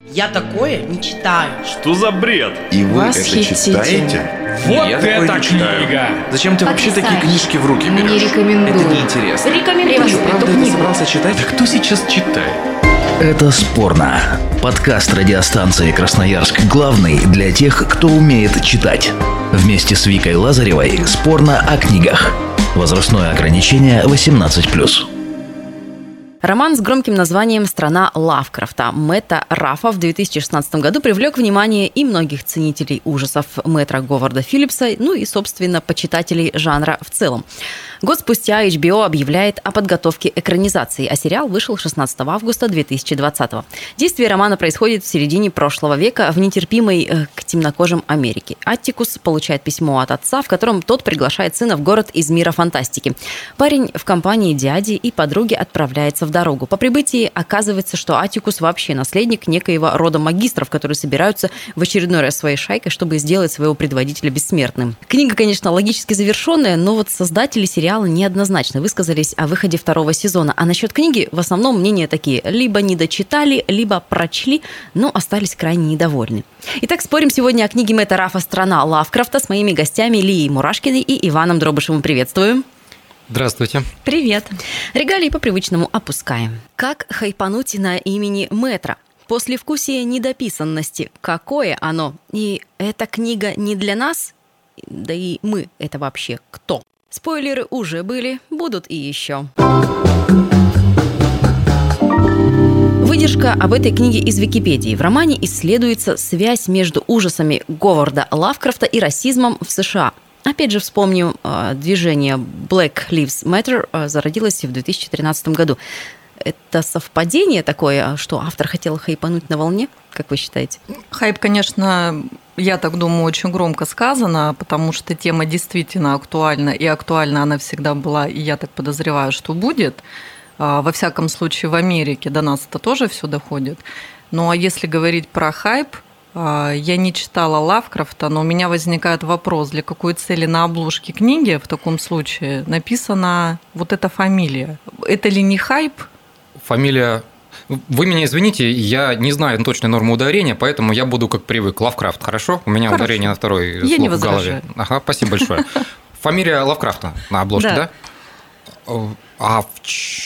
Я такое не читаю. Что за бред? И вы Восхитите. это читаете? Вот Я такое это не читаю. книга! Зачем ты вообще такие книжки в руки берешь? Не рекомендую. Это неинтересно. Рекомендую Что, правда, эту это книгу. собрался читать? Да кто сейчас читает? Это «Спорно». Подкаст радиостанции «Красноярск» главный для тех, кто умеет читать. Вместе с Викой Лазаревой «Спорно о книгах». Возрастное ограничение 18+. Роман с громким названием «Страна Лавкрафта» Мэтта Раффа в 2016 году привлек внимание и многих ценителей ужасов мэтра Говарда Филлипса, ну и, собственно, почитателей жанра в целом. Год спустя HBO объявляет о подготовке экранизации, а сериал вышел 16 августа 2020. Действие романа происходит в середине прошлого века в нетерпимой к темнокожим Америке. Аттикус получает письмо от отца, в котором тот приглашает сына в город из мира фантастики. Парень в компании дяди и подруги отправляется в дорогу. По прибытии оказывается, что Аттикус вообще наследник некоего рода магистров, которые собираются в очередной раз своей шайкой, чтобы сделать своего предводителя бессмертным. Книга, конечно, логически завершенная, но вот создатели сериала неоднозначно высказались о выходе второго сезона. А насчет книги в основном мнения такие: либо не дочитали, либо прочли, но остались крайне недовольны. Итак, спорим сегодня о книге Мэтта Раффа «Страна Лавкрафта» с моими гостями Лией Мурашкиной и Иваном Дробышевым. Приветствую. Здравствуйте. Привет. Регалии по привычному опускаем. Как хайпануть на имени мэтра? Послевкусие недописанности. Какое оно? И эта книга не для нас? Да и мы — это вообще кто? Спойлеры уже были, будут и еще. Выдержка об этой книге из Википедии. В романе исследуется связь между ужасами Говарда Лавкрафта и расизмом в США. Опять же, вспомню, движение Black Lives Matter зародилось в 2013 году. Это совпадение такое, что автор хотел хайпануть на волне, как вы считаете? Хайп, конечно, я так думаю, очень громко сказано, потому что тема действительно актуальна, и актуальна она всегда была, и я так подозреваю, что будет. Во всяком случае, в Америке до нас это тоже все доходит. Ну а если говорить про хайп, я не читала Лавкрафта, но у меня возникает вопрос, для какой цели на обложке книги в таком случае написана вот эта фамилия? Это ли не хайп? Фамилия... Вы меня извините, я не знаю точной нормы ударения, поэтому я буду как привык. Лавкрафт, хорошо? У меня ударение на второй Я не слог в голове. Ага, спасибо большое. Фамилия Лавкрафта на обложке, да? А в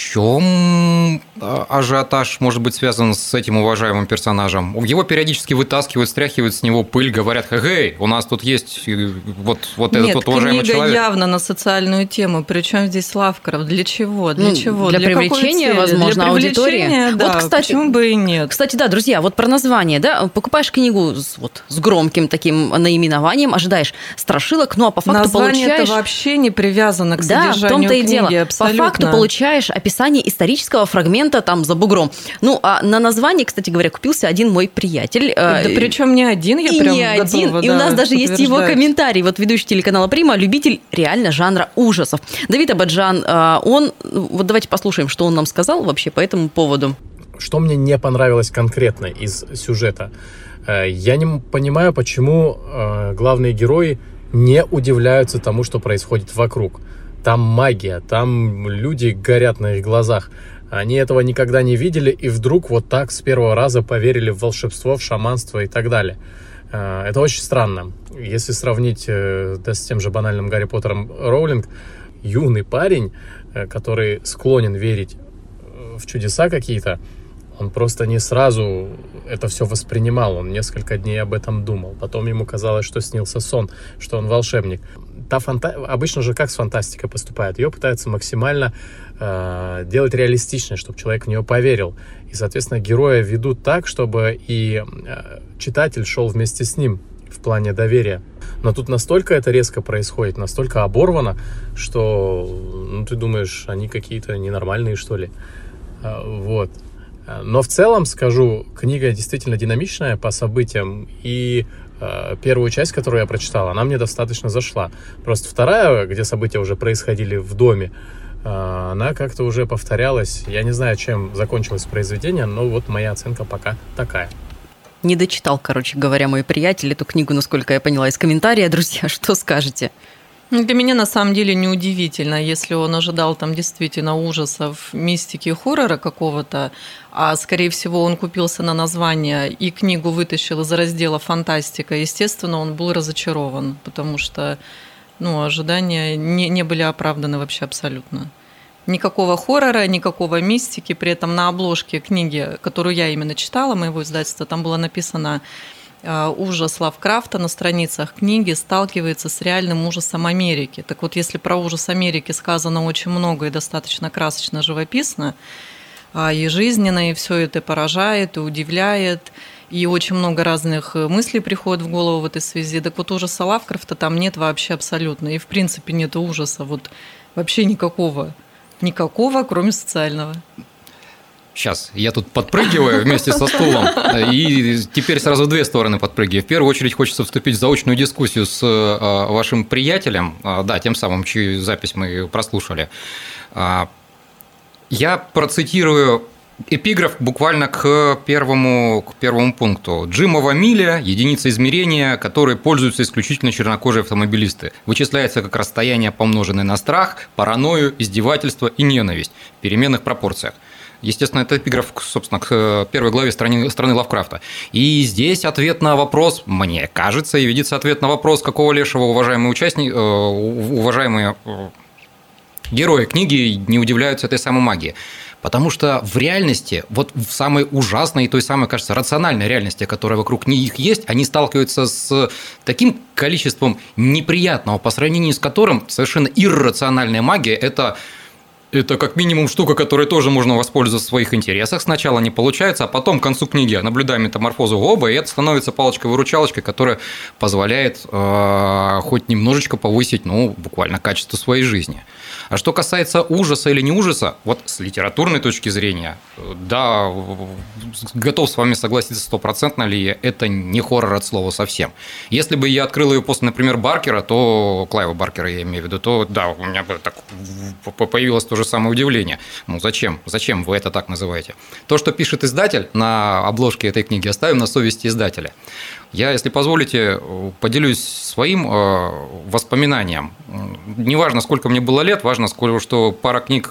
чем ажиотаж может быть связан с этим уважаемым персонажем? Его периодически вытаскивают, стряхивают с него пыль, говорят: «Эй, у нас тут есть вот этот вот уважаемый человек». Нет, книга явно на социальную тему. Причем здесь Лавкрафт? Для чего? Для чего? Для привлечения, возможно, аудитории. Да, вот, кстати, почему бы и нет? Кстати, да, друзья, вот про название, да, покупаешь книгу с громким таким наименованием, ожидаешь страшилок, ну а по факту название получаешь... это вообще не привязано к содержанию да, в том-то книги, и дело. абсолютно. По факту получаешь описание исторического фрагмента там за бугром. Ну, а на название, кстати говоря, купился один мой приятель. Да причем не один, я прям не один. готова, и у нас даже есть его комментарий. Вот ведущий телеканала «Прима», любитель реально жанра ужасов. Давид Абаджан, он... Вот давайте послушаем, что он нам сказал вообще по этому поводу. Что мне не понравилось конкретно из сюжета? Я не понимаю, почему главные герои не удивляются тому, что происходит вокруг. Там магия, там люди горят на их глазах. Они этого никогда не видели, и вдруг вот так с первого раза поверили в волшебство, в шаманство и так далее. Это очень странно. Если сравнить с тем же банальным Гарри Поттером Роулинг, юный парень, который склонен верить в чудеса какие-то, он просто не сразу это все воспринимал, он несколько дней об этом думал. Потом ему казалось, что снился сон, что он волшебник. Обычно же как с фантастикой поступают? Ее пытаются максимально делать реалистичной, чтобы человек в нее поверил. И, соответственно, героя ведут так, чтобы и читатель шел вместе с ним в плане доверия. Но тут настолько это резко происходит, настолько оборвано, что ты думаешь, они какие-то ненормальные, что ли. Вот. Но в целом, скажу, книга действительно динамичная по событиям, и первую часть, которую я прочитал, она мне достаточно зашла. Просто вторая, где события уже происходили в доме, она как-то уже повторялась. Я не знаю, чем закончилось произведение, но вот моя оценка пока такая. Не дочитал, короче говоря, мой приятель эту книгу, насколько я поняла из комментария. Друзья, что скажете? Для меня на самом деле неудивительно, если он ожидал там действительно ужасов, мистики, хоррора какого-то, а скорее всего он купился на название и книгу вытащил из раздела «Фантастика», естественно, он был разочарован, потому что ожидания не были оправданы вообще абсолютно. Никакого хоррора, никакого мистики, при этом на обложке книги, которую я именно читала, моего издательства, там было написано: ужас Лавкрафта на страницах книги сталкивается с реальным ужасом Америки. Так вот, если про ужас Америки сказано очень много и достаточно красочно, живописно, и жизненно, и все это поражает, и удивляет, и очень много разных мыслей приходит в голову в этой связи. Так вот, ужаса Лавкрафта там нет вообще абсолютно. И в принципе нет ужаса вот вообще никакого. Никакого, кроме социального. Сейчас, я тут подпрыгиваю вместе со стулом, и теперь сразу две стороны подпрыгиваю. В первую очередь хочется вступить в заочную дискуссию с вашим приятелем, да, тем самым, чью запись мы прослушали. Я процитирую эпиграф буквально к первому пункту. Джима Вамиля – единица измерения, которой пользуются исключительно чернокожие автомобилисты. Вычисляется как расстояние, помноженное на страх, паранойю, издевательство и ненависть в переменных пропорциях. Естественно, это эпиграф, собственно, к первой главе страны Лавкрафта. И здесь ответ на вопрос, мне кажется, и видится ответ на вопрос, какого лешего уважаемые герои книги не удивляются этой самой магии. Потому что в реальности, вот в самой ужасной и той самой, кажется, рациональной реальности, которая вокруг них есть, они сталкиваются с таким количеством неприятного, по сравнению с которым совершенно иррациональная магия – это как минимум штука, которой тоже можно воспользоваться в своих интересах. Сначала не получается, а потом к концу книги наблюдаем метаморфозу оба, и это становится палочкой-выручалочкой, которая позволяет хоть немножечко повысить, буквально качество своей жизни. А что касается ужаса или не ужаса, вот с литературной точки зрения, да, готов с вами согласиться стопроцентно ли, это не хоррор от слова совсем. Если бы я открыл ее после, например, Баркера, Клайва Баркера я имею в виду, то да, у меня бы так появилось то же самое удивление. Зачем? Зачем вы это так называете? То, что пишет издатель на обложке этой книги, оставим на совести издателя. Я, если позволите, поделюсь своим воспоминанием. Неважно, сколько мне было лет, важно, что пара книг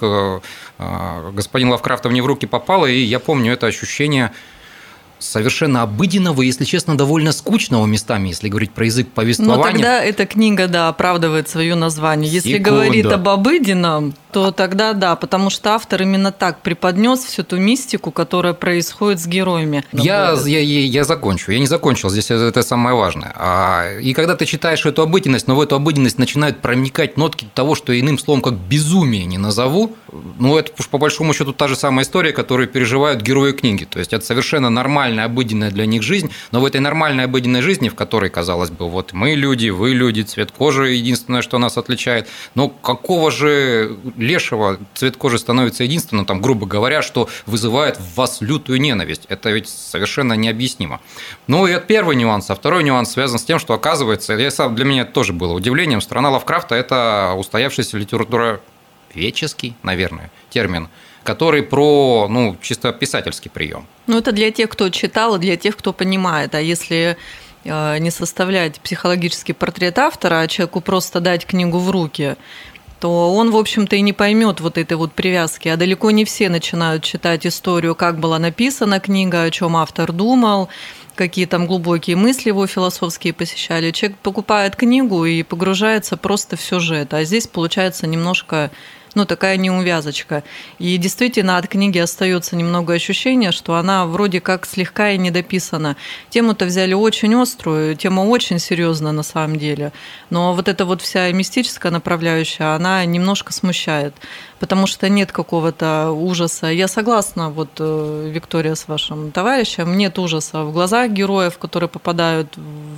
господина Лавкрафта мне в руки попала, и я помню это ощущение совершенно обыденного, если честно, довольно скучного местами, если говорить про язык повествования. Но тогда эта книга, да, оправдывает свое название. Если говорит об обыденном, то тогда да, потому что автор именно так преподнес всю ту мистику, которая происходит с героями. Я закончу. Я не закончил, здесь это самое важное. И когда ты читаешь эту обыденность, но в эту обыденность начинают проникать нотки того, что иным словом как безумие не назову, это уж по большому счету та же самая история, которую переживают герои книги. То есть это совершенно нормальная, обыденная для них жизнь, но в этой нормальной, обыденной жизни, в которой, казалось бы, вот мы люди, вы люди, цвет кожи единственное, что нас отличает, но какого же лешего цвет кожи становится единственным, грубо говоря, что вызывает в вас лютую ненависть. Это ведь совершенно необъяснимо. И это первый нюанс. А второй нюанс связан с тем, что, оказывается, для меня это тоже было удивлением, страна Лавкрафта – это устоявшийся литературоведческий, наверное, термин, который про, чисто писательский прием. Это для тех, кто читал, и для тех, кто понимает. А если не составлять психологический портрет автора, а человеку просто дать книгу в руки, то он, в общем-то, и не поймет вот этой вот привязки. А далеко не все начинают читать историю, как была написана книга, о чем автор думал, какие там глубокие мысли его философские посещали. Человек покупает книгу и погружается просто в сюжет. А здесь получается немножко такая неувязочка. И действительно от книги остается немного ощущение, что она вроде как слегка и недописана. Тему-то взяли очень острую, тема очень серьезная на самом деле. Но вот эта вот вся мистическая направляющая, она немножко смущает, потому что нет какого-то ужаса. Я согласна, Виктория, с вашим товарищем, нет ужаса в глазах героев, которые попадают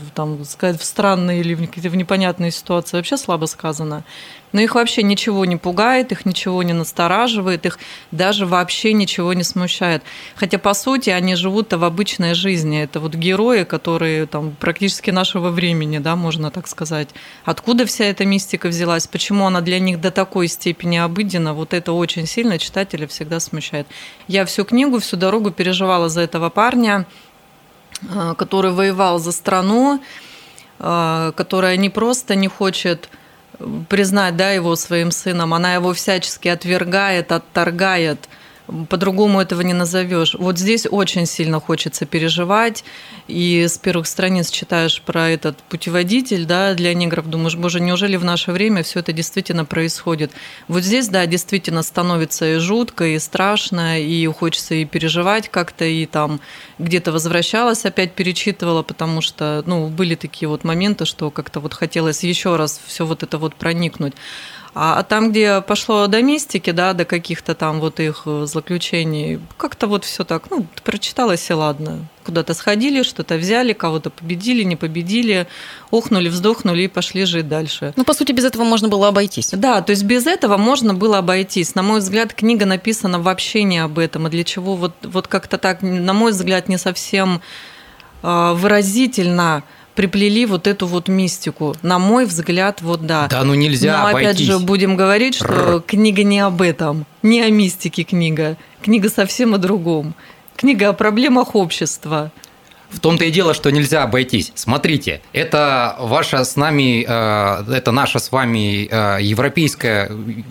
в странные или в какие-то непонятные ситуации. Вообще слабо сказано. Но их вообще ничего не пугает, их ничего не настораживает, их даже вообще ничего не смущает. Хотя, по сути, они живут-то в обычной жизни. Это герои, которые практически нашего времени, да, можно так сказать. Откуда вся эта мистика взялась? Почему она для них до такой степени обыденна? Это очень сильно читателя всегда смущает. Я всю книгу, всю дорогу переживала за этого парня, который воевал за страну, которая не просто не хочет признать, да, его своим сыном, она его всячески отвергает, отторгает. По-другому этого не назовешь. Вот здесь очень сильно хочется переживать, и с первых страниц читаешь про этот путеводитель, да, для негров, думаешь, боже, неужели в наше время все это действительно происходит? Вот здесь, да, действительно становится и жутко, и страшно, и хочется и переживать как-то, и там где-то возвращалась, опять перечитывала, потому что, ну, были такие вот моменты, что как-то вот хотелось еще раз все вот это вот проникнуть. А там, где пошло до мистики, да, до каких-то там вот их злоключений, как-то вот все так, ну, прочиталось и ладно. Куда-то сходили, что-то взяли, кого-то победили, не победили, охнули, вздохнули и пошли жить дальше. Ну, по сути, без этого можно было обойтись. Да, то есть без этого можно было обойтись. На мой взгляд, книга написана вообще не об этом. И для чего вот как-то так, на мой взгляд, не совсем выразительно приплели вот эту вот мистику. На мой взгляд, вот да. Да, ну нельзя Но обойтись. опять же будем говорить, что книга не об этом, не о мистике книга. Книга совсем о другом. Книга о проблемах общества. В том-то и дело, что нельзя обойтись. Смотрите, это ваша с нами, это наша с вами европейская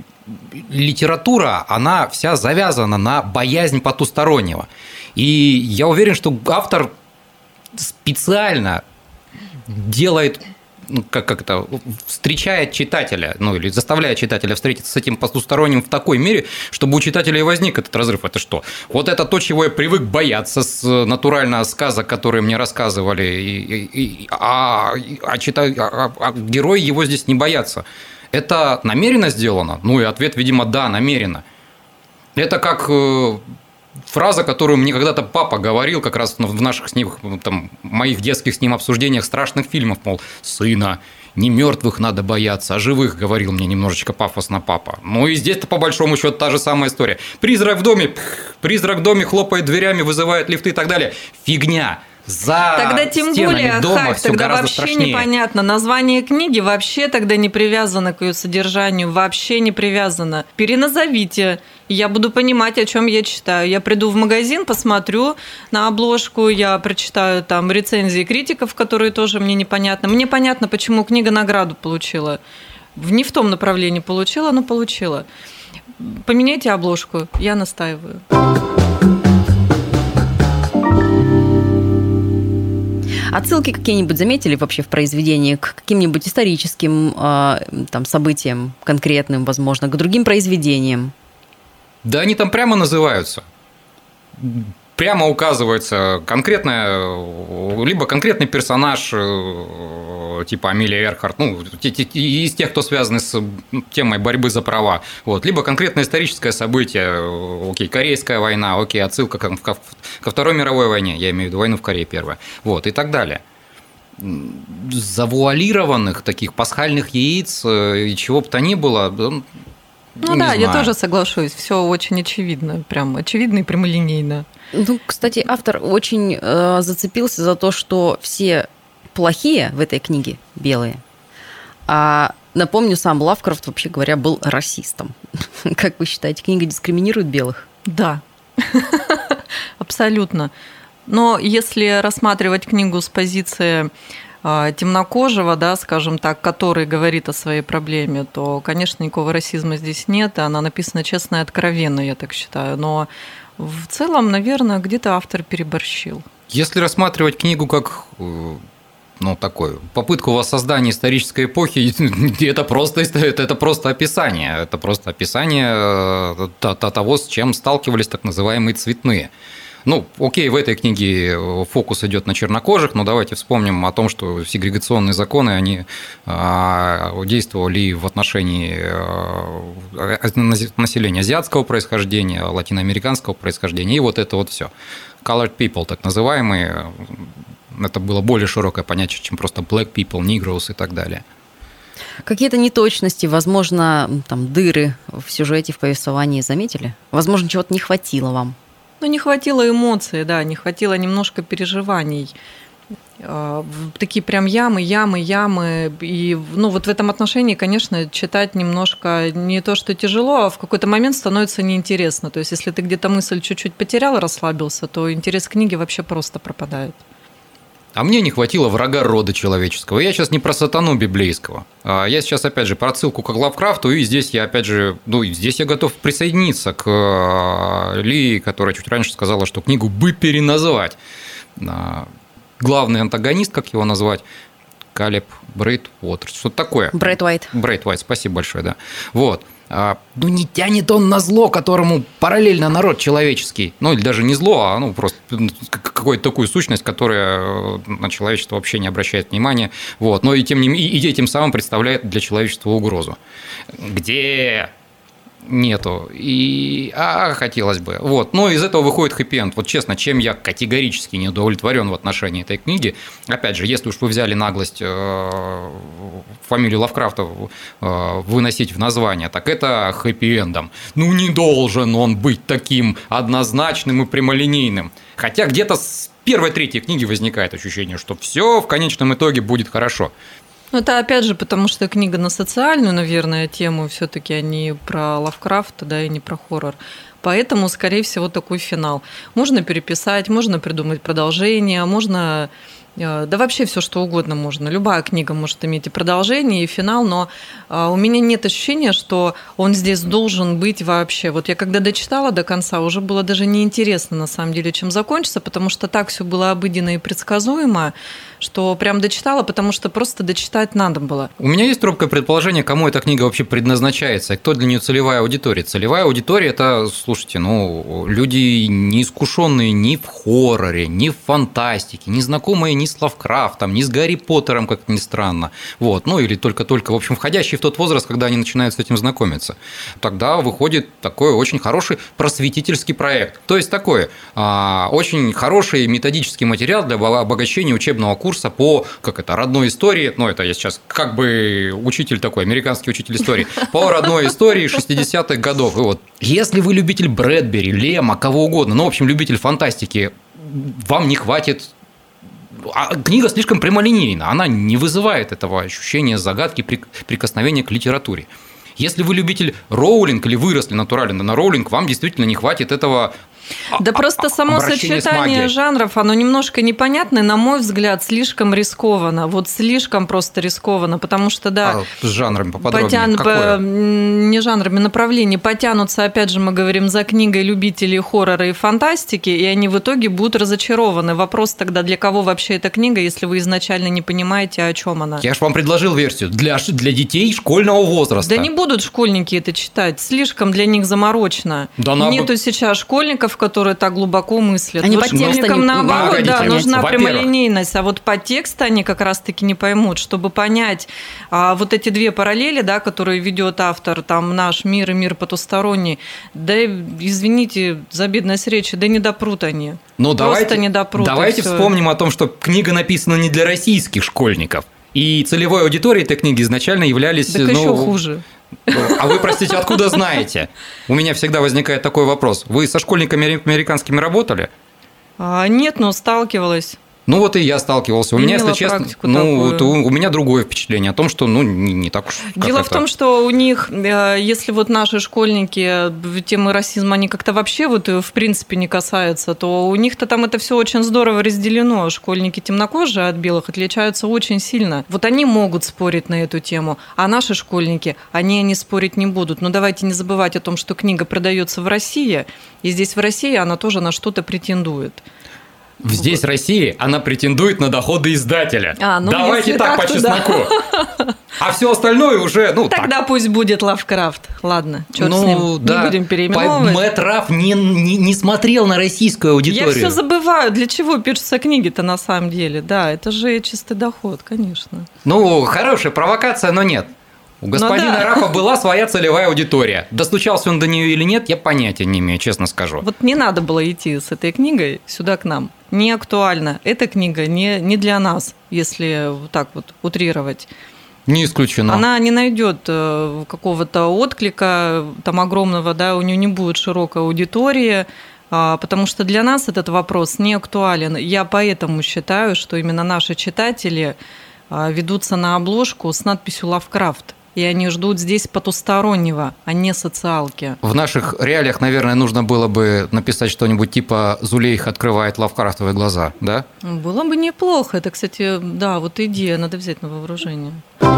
литература, она вся завязана на боязнь потустороннего. И я уверен, что автор специально делает, ну, как это, встречает читателя, ну, или заставляет читателя встретиться с этим потусторонним в такой мере, чтобы у читателя и возник этот разрыв. Это что? Вот это то, чего я привык бояться с натурально сказок, которые мне рассказывали, а герои его здесь не боятся. Это намеренно сделано? Ну, и ответ, видимо, да, намеренно. Это как фраза, которую мне когда-то папа говорил как раз в наших с ним, там, моих детских с ним обсуждениях страшных фильмов, мол, сына, не мертвых надо бояться, а живых, говорил мне немножечко пафосно папа. Ну и здесь-то по большому счету та же самая история. Призрак в доме хлопает дверями, вызывает лифты и так далее. Фигня. За тогда тем более дома хайп, тогда вообще страшнее. Непонятно. Название книги вообще тогда не привязано к ее содержанию, вообще не привязано. Переназовите, я буду понимать, о чем я читаю. Я приду в магазин, посмотрю на обложку, я прочитаю там рецензии критиков, которые тоже мне непонятны. Мне понятно, почему книга награду получила. Не в том направлении получила, но получила. Поменяйте обложку, я настаиваю. Отсылки какие-нибудь заметили вообще в произведении к каким-нибудь историческим там, событиям конкретным, возможно, к другим произведениям? Да они там прямо называются. Прямо указывается либо конкретный персонаж типа Амелия Эрхарт, ну, из тех, кто связан с темой борьбы за права, вот, либо конкретное историческое событие, окей, Корейская война, окей, отсылка ко Второй мировой войне, я имею в виду войну в Корее первую, вот, и так далее. Завуалированных таких пасхальных яиц и чего бы то ни было, ну да, я тоже соглашусь, все очень очевидно, прям очевидно и прямолинейно. Ну, кстати, автор очень зацепился за то, что все плохие в этой книге белые. А напомню, сам Лавкрафт, вообще говоря, был расистом. Как вы считаете, книга дискриминирует белых? Да, абсолютно. Но если рассматривать книгу с позиции темнокожего, да, скажем так, который говорит о своей проблеме, то, конечно, никакого расизма здесь нет, и она написана честно и откровенно, я так считаю. Но в целом, наверное, где-то автор переборщил. Если рассматривать книгу как такую попытку воссоздания исторической эпохи, это просто описание. Это просто описание того, с чем сталкивались так называемые цветные. Ну, окей, в этой книге фокус идет на чернокожих, но давайте вспомним о том, что сегрегационные законы, они действовали в отношении населения азиатского происхождения, латиноамериканского происхождения, и вот это вот все. Colored people, так называемые, это было более широкое понятие, чем просто black people, negroes и так далее. Какие-то неточности, возможно, там, дыры в сюжете, в повествовании заметили? Возможно, чего-то не хватило вам? Ну, не хватило эмоций, да, не хватило немножко переживаний. Такие прям ямы. И вот в этом отношении, конечно, читать немножко не то, что тяжело, а в какой-то момент становится неинтересно. То есть, если ты где-то мысль чуть-чуть потерял, расслабился, то интерес к книге вообще просто пропадает. А мне не хватило врага рода человеческого. Я сейчас не про сатану библейского. Я сейчас, опять же, про отсылку к Лавкрафту, и здесь я, опять же, здесь я готов присоединиться к Ли, которая чуть раньше сказала, что книгу бы переназвать. Главный антагонист, как его назвать, Калеб Брейтвотер. Что-то такое. Брэд Уайт, спасибо большое, да. Вот. Не тянет он на зло, которому параллельно народ человеческий. Или даже не зло, а просто какую-то такую сущность, которая на человечество вообще не обращает внимания. Вот. Но и тем самым представляет для человечества угрозу. Где нету. Хотелось бы. Вот. Но из этого выходит хэппи-энд. Вот честно, чем я категорически не удовлетворен в отношении этой книги. Опять же, если уж вы взяли наглость фамилию Лавкрафта выносить в название, так это хэппи-эндом. Не должен он быть таким однозначным и прямолинейным. Хотя где-то с первой-третьей книги возникает ощущение, что все в конечном итоге будет хорошо. Это опять же потому, что книга на социальную, наверное, тему, все-таки, а не про Лавкрафта, да, и не про хоррор. Поэтому, скорее всего, такой финал. Можно переписать, можно придумать продолжение, можно... Да вообще все что угодно можно. Любая книга может иметь и продолжение, и финал, но у меня нет ощущения, что он здесь должен быть вообще. Вот я когда дочитала до конца, уже было даже неинтересно на самом деле, чем закончится, потому что так все было обыденно и предсказуемо, что прям дочитала, потому что просто дочитать надо было. У меня есть робкое предположение, кому эта книга вообще предназначается, и кто для нее целевая аудитория. Целевая аудитория – это, слушайте, люди неискушенные ни в хорроре, ни в фантастике, не знакомые ни с Лавкрафтом, ни с Гарри Поттером, как ни странно. Вот. Или только-только, в общем, входящие в тот возраст, когда они начинают с этим знакомиться. Тогда выходит такой очень хороший просветительский проект. То есть такой очень хороший методический материал для обогащения учебного курса по, родной истории. Это я сейчас как бы учитель такой, американский учитель истории. По родной истории 60-х годов. И вот, если вы любитель Брэдбери, Лема, кого угодно, в общем, любитель фантастики, вам не хватит. Книга слишком прямолинейна, она не вызывает этого ощущения загадки, прикосновения к литературе. Если вы любитель Роулинг или выросли натурально на Роулинг, вам действительно не хватит этого. Да просто само сочетание жанров, оно немножко непонятное, на мой взгляд, слишком рискованно. Вот слишком просто рискованно, потому что, да... с жанрами поподробнее? Не жанрами, направлениями. Потянутся, опять же, мы говорим, за книгой любителей хоррора и фантастики, и они в итоге будут разочарованы. Вопрос тогда, для кого вообще эта книга, если вы изначально не понимаете, о чем она? Я же вам предложил версию. Для детей школьного возраста. Да не будут школьники это читать. Слишком для них заморочно. Нету сейчас школьников, которые так глубоко мыслят. Они школьникам наоборот, нужна прямолинейность, а вот подтекст они как раз-таки не поймут. Чтобы понять вот эти две параллели, да, которые ведет автор, там наш мир и мир потусторонний, да, извините за бедность речи, да не допрут они. Просто не допрут. Давайте вспомним о том, что книга написана не для российских школьников. И целевой аудиторией этой книги изначально являлись... Так еще хуже. А вы, простите, откуда знаете? У меня всегда возникает такой вопрос. Вы со школьниками американскими работали? Нет, но сталкивалась. Вот и я сталкивался. У меня, если честно, у меня другое впечатление о том, что не так уж. Дело в том, что у них, если вот наши школьники темы расизма, они как-то вообще в принципе не касаются, то у них-то там это все очень здорово разделено. Школьники темнокожие от белых отличаются очень сильно. Вот они могут спорить на эту тему, а наши школьники, они спорить не будут. Но давайте не забывать о том, что книга продается в России, и здесь в России она тоже на что-то претендует. Здесь Россия, она претендует на доходы издателя. Давайте так, по чесноку. А все остальное уже, Тогда пусть будет Лавкрафт. Ладно, черт с ним, да. Не будем переименовывать. Мэтт Рафф не смотрел на российскую аудиторию. Я все забываю, для чего пишутся книги-то на самом деле. Да, это же чистый доход, конечно. Хорошая провокация, но нет. У господина Раффа была своя целевая аудитория. Достучался он до нее или нет, я понятия не имею, честно скажу. Вот не надо было идти с этой книгой сюда к нам. Не актуально. Эта книга не для нас, если вот так вот утрировать. Не исключено. Она не найдет какого-то отклика там огромного, да, у нее не будет широкой аудитории, потому что для нас этот вопрос не актуален. Я поэтому считаю, что именно наши читатели ведутся на обложку с надписью «Лавкрафт». и они ждут здесь потустороннего, а не социалки. В наших реалиях, наверное, нужно было бы написать что-нибудь типа «Зулейха открывает лавкрафтовые глаза», да? Было бы неплохо. Это, кстати, да, вот идея, надо взять на вооружение.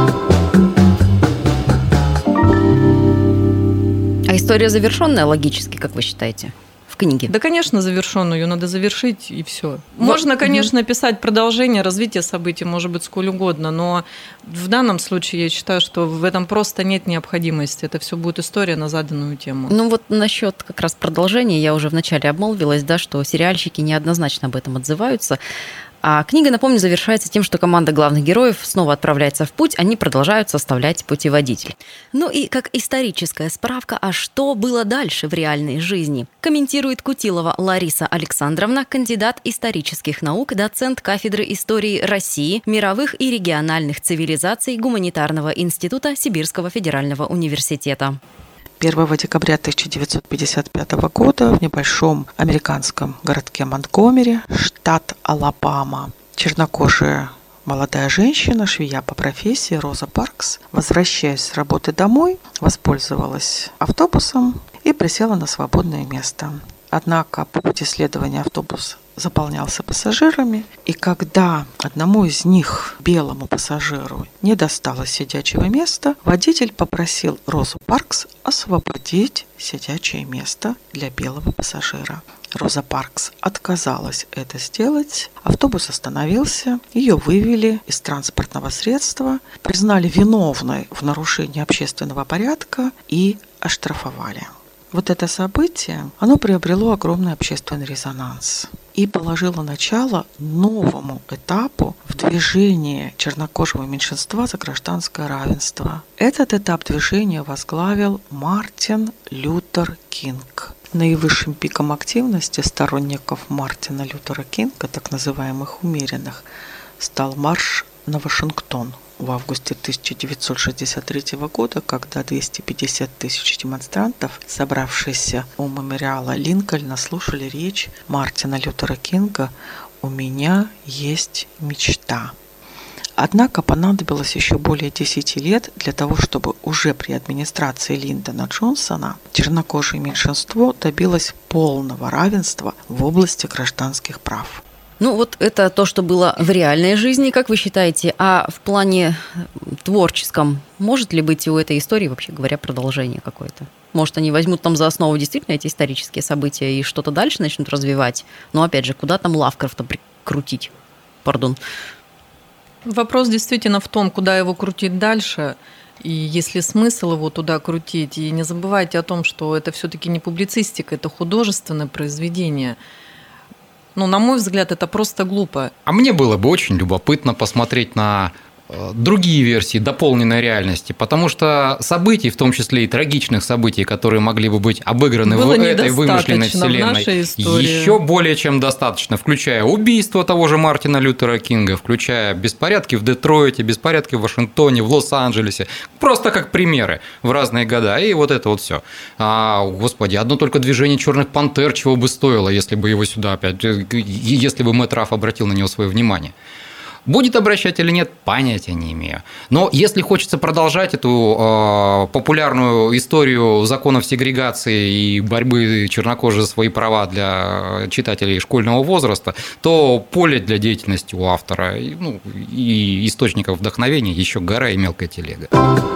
А история завершенная логически, как вы считаете, в книге? Да, конечно, завершенную, ее надо завершить, и все. Можно, конечно, писать продолжение, развитие событий, может быть, сколь угодно, но в данном случае я считаю, что в этом просто нет необходимости. Это все будет история на заданную тему. Ну вот насчет как раз продолжения, я уже вначале обмолвилась, да, что сериальщики неоднозначно об этом отзываются. А книга, напомню, завершается тем, что команда главных героев снова отправляется в путь, они продолжают составлять путеводитель. Ну и как историческая справка, а что было дальше в реальной жизни, комментирует Кутилова Лариса Александровна, кандидат исторических наук, доцент кафедры истории России, мировых и региональных цивилизаций Гуманитарного института Сибирского федерального университета. 1 декабря 1955 года в небольшом американском городке Монтгомери, штат Алабама, чернокожая молодая женщина, швея по профессии Роза Паркс, возвращаясь с работы домой, воспользовалась автобусом и присела на свободное место. Однако по пути следования автобус заполнялся пассажирами, и когда одному из них, белому пассажиру, не досталось сидячего места, водитель попросил Розу Паркс освободить сидячее место для белого пассажира. Роза Паркс отказалась это сделать, автобус остановился, ее вывели из транспортного средства, признали виновной в нарушении общественного порядка и оштрафовали. Вот это событие, оно приобрело огромный общественный резонанс и положило начало новому этапу в движении чернокожего меньшинства за гражданское равенство. Этот этап движения возглавил Мартин Лютер Кинг. Наивысшим пиком активности сторонников Мартина Лютера Кинга, так называемых умеренных, стал марш на Вашингтон в августе 1963 года, когда 250 тысяч демонстрантов, собравшиеся у мемориала Линкольна, слушали речь Мартина Лютера Кинга «У меня есть мечта». Однако понадобилось еще более 10 лет для того, чтобы уже при администрации Линдона Джонсона чернокожее меньшинство добилось полного равенства в области гражданских прав. Ну вот это то, что было в реальной жизни, как вы считаете, а в плане творческом может ли быть у этой истории, вообще говоря, продолжение какое-то? Может, они возьмут там за основу действительно эти исторические события и что-то дальше начнут развивать? Но опять же, куда там Лавкрафта прикрутить? Пардон. Вопрос действительно в том, куда его крутить дальше, и есть ли смысл его туда крутить. И не забывайте о том, что это все-таки не публицистика, это художественное произведение. Ну, на мой взгляд, это просто глупо. А мне было бы очень любопытно посмотреть на другие версии дополненной реальности, потому что событий, в том числе и трагичных событий, которые могли бы быть обыграны было в этой вымышленной вселенной, еще более чем достаточно, включая убийство того же Мартина Лютера Кинга, включая беспорядки в Детройте, беспорядки в Вашингтоне, в Лос-Анджелесе, просто как примеры в разные года, и вот это вот все. Господи, одно только движение «Черных пантер» чего бы стоило, если бы его сюда опять, если бы Мэтт Рафф обратил на него свое внимание. Будет обращать или нет, понятия не имею. Но если хочется продолжать эту популярную историю законов сегрегации и борьбы чернокожих за свои права для читателей школьного возраста, то поле для деятельности у автора, и источников вдохновения еще гора и мелкая телега.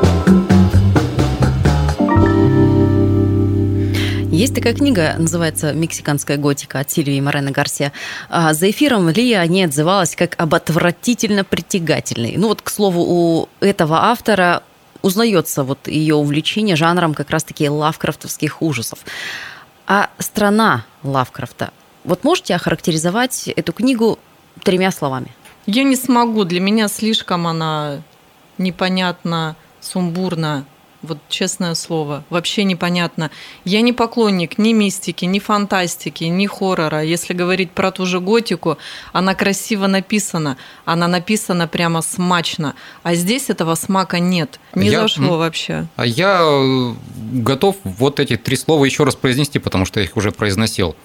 Есть такая книга, называется «Мексиканская готика» от Сильвии Морено Гарсия. За эфиром Лия о ней отзывалась как об отвратительно притягательной. Ну вот, к слову, у этого автора узнается вот ее увлечение жанром как раз-таки лавкрафтовских ужасов. А страна Лавкрафта. Вот можете охарактеризовать эту книгу 3 словами? Я не смогу. Для меня слишком она непонятна, сумбурна. Вот честное слово, вообще непонятно. Я не поклонник ни мистики, ни фантастики, ни хоррора. Если говорить про ту же готику, она красиво написана. Она написана прямо смачно. А здесь этого смака нет. Не зашло вообще. А я готов вот эти 3 слова еще раз произнести, потому что я их уже произносил.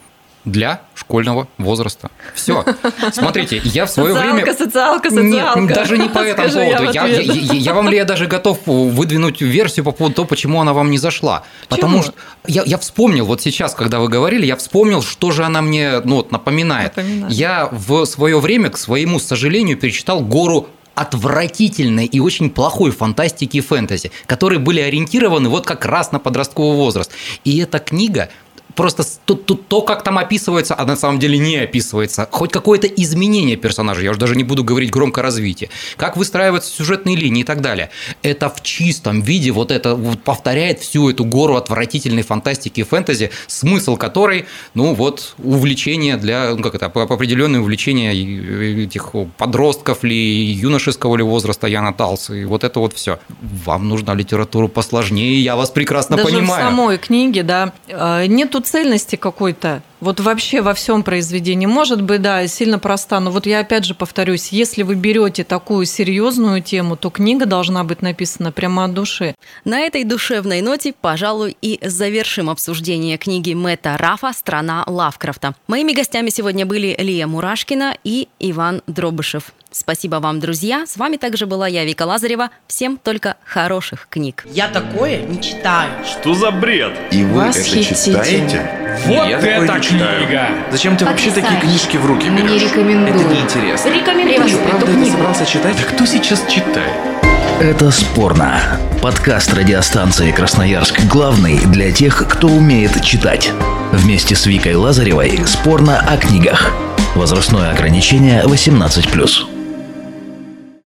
для школьного возраста. Все. Смотрите, я в свое время... Социалка. Нет, даже не по этому Скажи, поводу. Я вам даже готов выдвинуть версию по поводу того, почему она вам не зашла. Потому что я вспомнил, вот сейчас, когда вы говорили, я вспомнил, что же она мне напоминает. Я в свое время, к своему сожалению, перечитал гору отвратительной и очень плохой фантастики и фэнтези, которые были ориентированы вот как раз на подростковый возраст. И эта книга... Просто то, как там описывается, а на самом деле не описывается. Хоть какое-то изменение персонажа, я уже даже не буду говорить громко развитие. Как выстраиваются сюжетные линии и так далее. Это в чистом виде вот это вот повторяет всю эту гору отвратительной фантастики и фэнтези, смысл которой, увлечение для, определенное увлечение этих подростков ли, юношеского ли возраста Яна Талс, и вот это вот все. Вам нужна литература посложнее, я вас прекрасно понимаю. Даже в самой книге, нету цельности какой-то, вот вообще во всем произведении. Может быть, сильно проста, но вот я опять же повторюсь, если вы берете такую серьезную тему, то книга должна быть написана прямо от души. На этой душевной ноте, пожалуй, и завершим обсуждение книги Мэтта Рафа «Страна Лавкрафта». Моими гостями сегодня были Лия Мурашкина и Иван Дробышев. Спасибо вам, друзья. С вами также была я, Вика Лазарева. Всем только хороших книг. Я такое не читаю. Что за бред? И вы это читаете? Вот Я такое это не читаю. книга! Зачем ты вообще такие книжки в руки берешь? Не рекомендую. Это неинтересно. Рекомендую. Ты что, правда это собрался читать? Да кто сейчас читает? Это «Спорно». Подкаст радиостанции «Красноярск. Главный» для тех, кто умеет читать. Вместе с Викой Лазаревой «Спорно о книгах». Возрастное ограничение 18+.